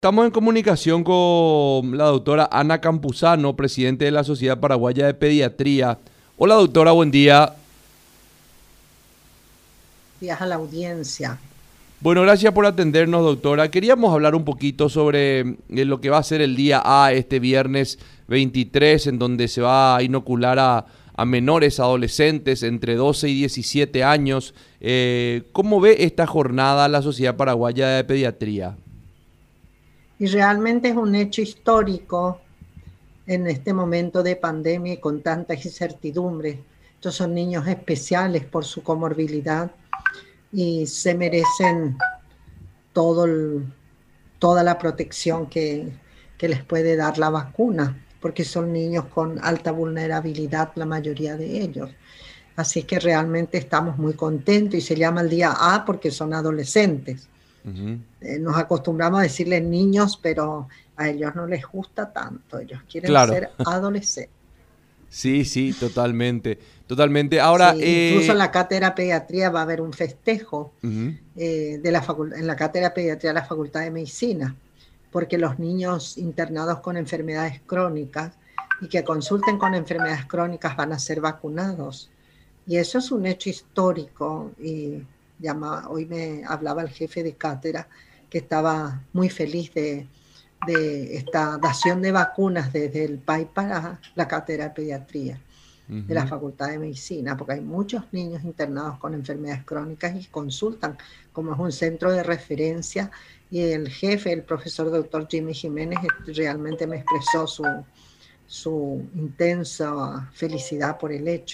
Estamos en comunicación con la doctora Ana Campuzano, presidente de la Sociedad Paraguaya de Pediatría. Hola doctora, buen día. Días a la audiencia. Bueno, gracias por atendernos, doctora. Queríamos hablar un poquito sobre lo que va a ser el día A este viernes 23, en donde se va a inocular a menores adolescentes entre 12 y 17 años. ¿Cómo ve esta jornada la Sociedad Paraguaya de Pediatría? Y realmente es un hecho histórico en este momento de pandemia y con tantas incertidumbres. Estos son niños especiales por su comorbilidad y se merecen todo toda la protección que les puede dar la vacuna, porque son niños con alta vulnerabilidad, la mayoría de ellos. Así que realmente estamos muy contentos y se llama el día A porque son adolescentes. Ujú. Nos acostumbramos a decirles niños, pero a ellos no les gusta tanto, ellos quieren Claro. ser adolescentes. Sí, sí, totalmente, totalmente. Ahora, Sí, incluso en la cátedra de pediatría va a haber un festejo ujú, en la cátedra de pediatría de la Facultad de Medicina, porque los niños internados con enfermedades crónicas y que consulten con enfermedades crónicas van a ser vacunados. Y eso es un hecho histórico. Y hoy me hablaba el jefe de cátedra que estaba muy feliz de esta dación de vacunas desde el PAI para la cátedra de pediatría de la ujú. Facultad de Medicina, porque hay muchos niños internados con enfermedades crónicas y consultan, como es un centro de referencia, y el jefe, el profesor doctor Jimmy Jiménez, realmente me expresó su intensa felicidad por el hecho.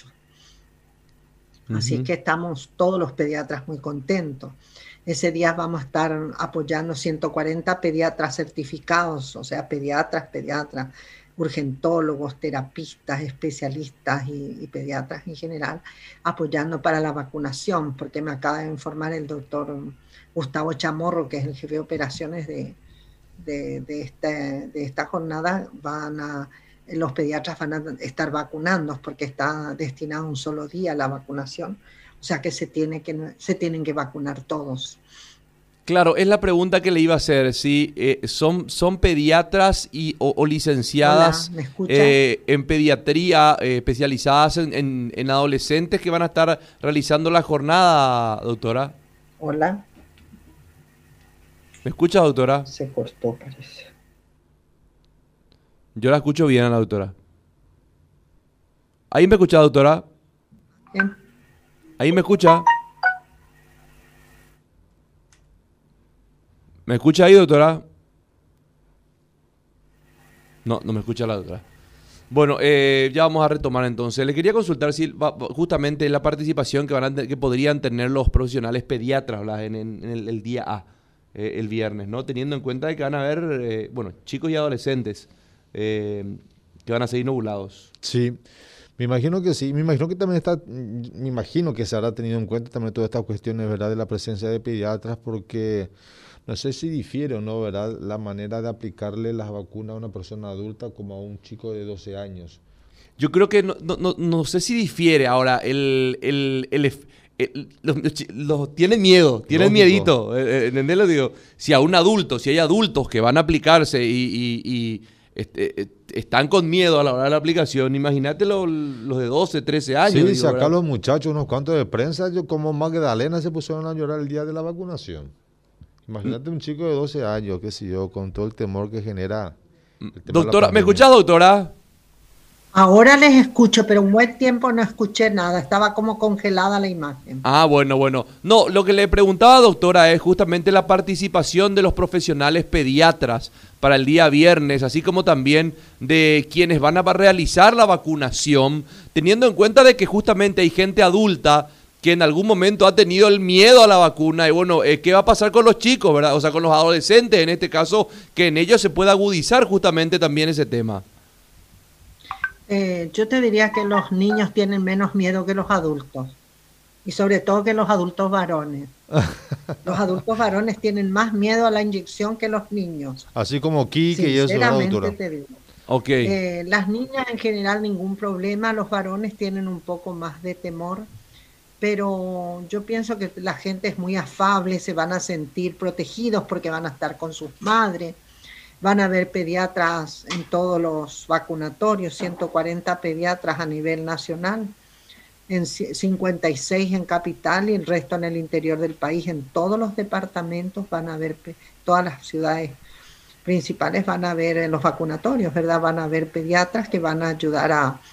Así es Ujú. que estamos todos los pediatras muy contentos. Ese día vamos a estar apoyando 140 pediatras certificados, o sea, pediatras, urgentólogos, terapistas, especialistas y pediatras en general, apoyando para la vacunación, porque me acaba de informar el doctor Gustavo Chamorro, que es el jefe de operaciones de esta jornada, los pediatras van a estar vacunando porque está destinado un solo día a la vacunación, o sea que se tienen que vacunar todos. Claro, es la pregunta que le iba a hacer, si son pediatras o Hola, licenciadas ¿me escucha? en pediatría, especializadas en adolescentes que van a estar realizando la jornada, doctora. Hola, ¿Me escucha, doctora? se cortó, parece. Yo la escucho bien a la doctora. ¿Ahí me escucha, doctora? Bien. ¿Ahí me escucha? ¿Me escucha ahí, doctora? No, no me escucha la doctora. Bueno, ya vamos a retomar entonces. Le quería consultar si justamente la participación que podrían tener los profesionales pediatras, ¿verdad? En el día A, el viernes, ¿no? Teniendo en cuenta de que van a haber, bueno, chicos y adolescentes que van a ser inoculados. Sí, me imagino que sí, me imagino que también me imagino que se habrá tenido en cuenta también todas estas cuestiones, ¿verdad? De la presencia de pediatras, porque no sé si difiere o no, ¿verdad? La manera de aplicarle las vacunas a una persona adulta como a un chico de 12 años. Yo creo que no sé si difiere ahora. Tienen miedo, tienen Lógico. miedito. ¿Entendés? Lo digo. Si a un adulto, si hay adultos que van a aplicarse están con miedo a la hora de la aplicación, imagínate los de 12, 13 años, Sí, si digo, acá ¿verdad? los muchachos, unos cuantos de prensa, yo como Magdalena se pusieron a llorar el día de la vacunación. Imagínate un chico de 12 años, qué sé yo, con todo el temor que genera el tema de la Doctora, ¿me pandemia. escuchás, doctora? Ahora les escucho, pero un buen tiempo no escuché nada, estaba como congelada la imagen. Ah, bueno, bueno. No, lo que le preguntaba, doctora, es justamente la participación de los profesionales pediatras para el día viernes, así como también de quienes van a realizar la vacunación, teniendo en cuenta de que justamente hay gente adulta que en algún momento ha tenido el miedo a la vacuna y bueno, ¿qué va a pasar con los chicos, verdad? O sea, con los adolescentes en este caso, que en ellos se pueda agudizar justamente también ese tema. Yo te diría que los niños tienen menos miedo que los adultos y sobre todo que los adultos varones. Los adultos varones tienen más miedo a la inyección que los niños, Así como Quique y eso, ¿verdad, sinceramente doctora? te digo. Ok. Las niñas en general ningún problema, los varones tienen un poco más de temor, pero yo pienso que la gente es muy afable, se van a sentir protegidos porque van a estar con sus madres. Van a haber pediatras en todos los vacunatorios, 140 pediatras a nivel nacional, en 56 en capital y el resto en el interior del país. En todos los departamentos van a haber, todas las ciudades principales van a haber en los vacunatorios, ¿verdad? Van a haber pediatras que van a ayudar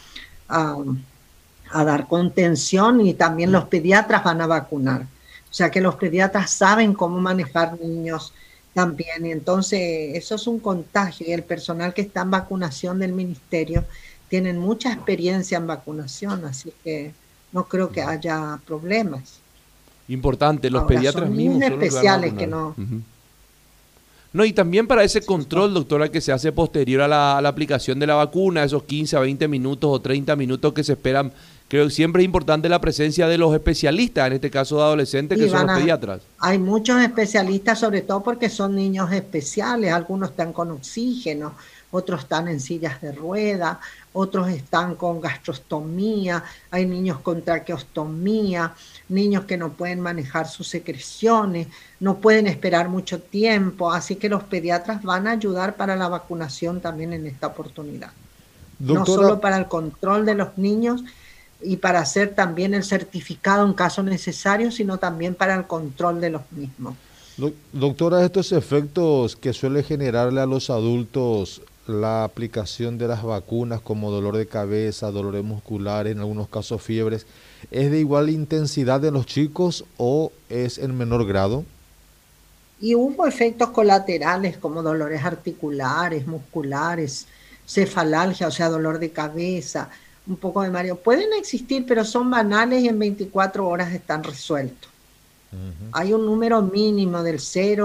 a dar contención, y también los pediatras van a vacunar. O sea que los pediatras saben cómo manejar niños también, y entonces eso es un contagio, y el personal que está en vacunación del ministerio tienen mucha experiencia en vacunación, así que no creo que haya problemas. Importante, los Ahora, pediatras son mismos niños son los que van a especiales vacunar. que no... No, y también para ese control, doctora, que se hace posterior a la aplicación de la vacuna, esos 15 a 20 minutos o 30 minutos que se esperan, creo que siempre es importante la presencia de los especialistas, en este caso de adolescentes, que son los pediatras. Hay muchos especialistas, sobre todo porque son niños especiales, algunos están con oxígeno, otros están en sillas de rueda, otros están con gastrostomía, hay niños con traqueostomía, niños que no pueden manejar sus secreciones, no pueden esperar mucho tiempo, así que los pediatras van a ayudar para la vacunación también en esta oportunidad. Doctora, no solo para el control de los niños y para hacer también el certificado en caso necesario, sino también para el control de los mismos. Doctora, estos efectos que suele generarle a los adultos la aplicación de las vacunas, como dolor de cabeza, dolores musculares, en algunos casos fiebres, ¿es de igual intensidad en los chicos o es en menor grado? Y hubo efectos colaterales como dolores articulares, musculares, cefalalgia, o sea, dolor de cabeza, un poco de mareo. Pueden existir, pero son banales y en 24 horas están resueltos. Hay un número mínimo del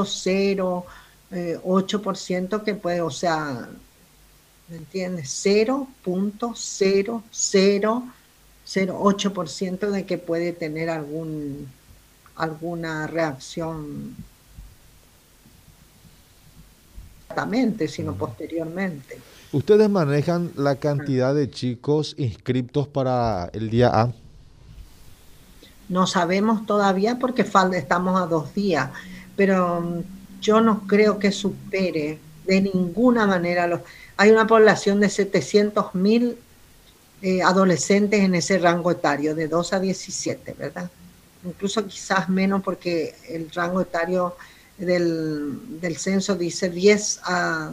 0,08% que puede, o sea, ¿me entiendes? 0,0008% de que puede tener alguna reacción, sino posteriormente. ¿Ustedes manejan la cantidad de chicos inscriptos para el día A? No sabemos todavía porque estamos a 2 días, pero yo no creo que supere de ninguna manera. Hay una población de 700.000 adolescentes en ese rango etario, de 2 a 17, ¿verdad? Incluso quizás menos porque el rango etario del censo dice 10 a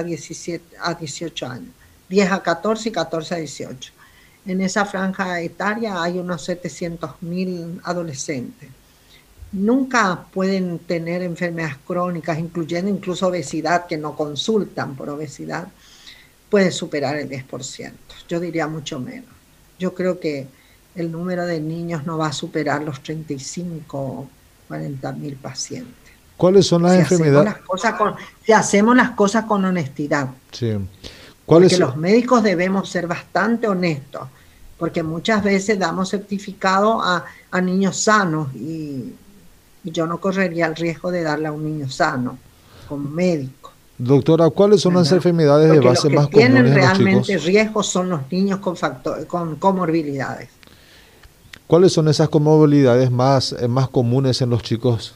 18 años, 10 a 14 y 14 a 18. En esa franja etaria hay unos 700.000 adolescentes. Nunca pueden tener enfermedades crónicas, incluyendo incluso obesidad, que no consultan por obesidad, puede superar el 10%. Yo diría mucho menos. Yo creo que el número de niños no va a superar los 35 o 40.000 pacientes. ¿Cuáles son las enfermedades? Si hacemos las cosas con honestidad. Sí. Porque los médicos debemos ser bastante honestos, porque muchas veces damos certificado a niños sanos y yo no correría el riesgo de darle a un niño sano como médico. Doctora, ¿cuáles son las enfermedades de base más comunes en los chicos? Los que tienen realmente riesgo son los niños con comorbilidades. ¿Cuáles son esas comorbilidades más comunes en los chicos?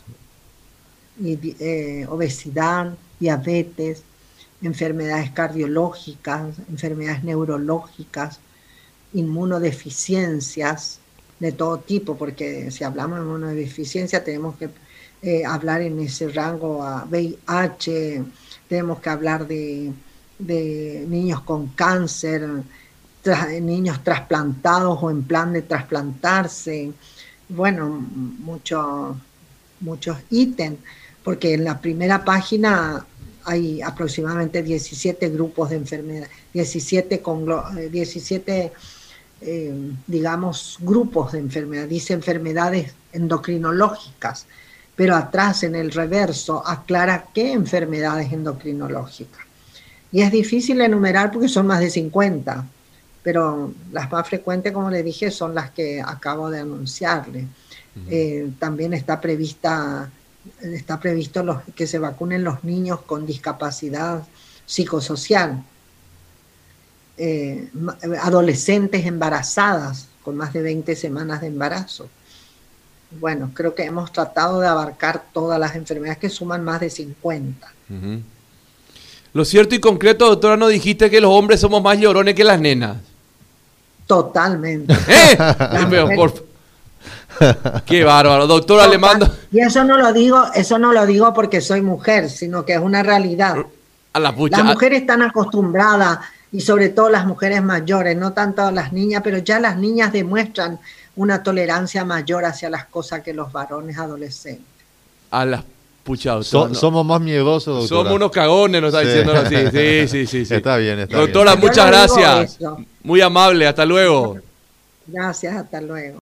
Obesidad, diabetes, enfermedades cardiológicas, enfermedades neurológicas, inmunodeficiencias de todo tipo, porque si hablamos de inmunodeficiencia tenemos que hablar en ese rango a VIH, tenemos que hablar de niños con cáncer, niños trasplantados o en plan de trasplantarse, bueno, muchos ítems, porque en la primera página hay aproximadamente 17 grupos de enfermedades, 17 digamos, grupos de enfermedades, dice enfermedades endocrinológicas, pero atrás en el reverso aclara qué enfermedades endocrinológicas. Y es difícil enumerar porque son más de 50, pero las más frecuentes, como le dije, son las que acabo de anunciarle. También está previsto que se vacunen los niños con discapacidad psicosocial, adolescentes embarazadas con más de 20 semanas de embarazo. Bueno, creo que hemos tratado de abarcar todas las enfermedades que suman más de 50. Lo cierto y concreto, doctora, nos dijiste que los hombres somos más llorones que las nenas. Totalmente. Qué bárbaro, doctora, le mando. Y eso no lo digo porque soy mujer, sino que es una realidad. A la pucha. Las mujeres están acostumbradas, y sobre todo las mujeres mayores, no tanto las niñas, pero ya las niñas demuestran una tolerancia mayor hacia las cosas que los varones adolescentes. A la pucha, doctora. Somos más miedosos, doctora. Somos unos cagones, nos está diciendo así. Sí. Está bien, doctora, bien. muchas gracias. Muy amable, hasta luego. Gracias, hasta luego.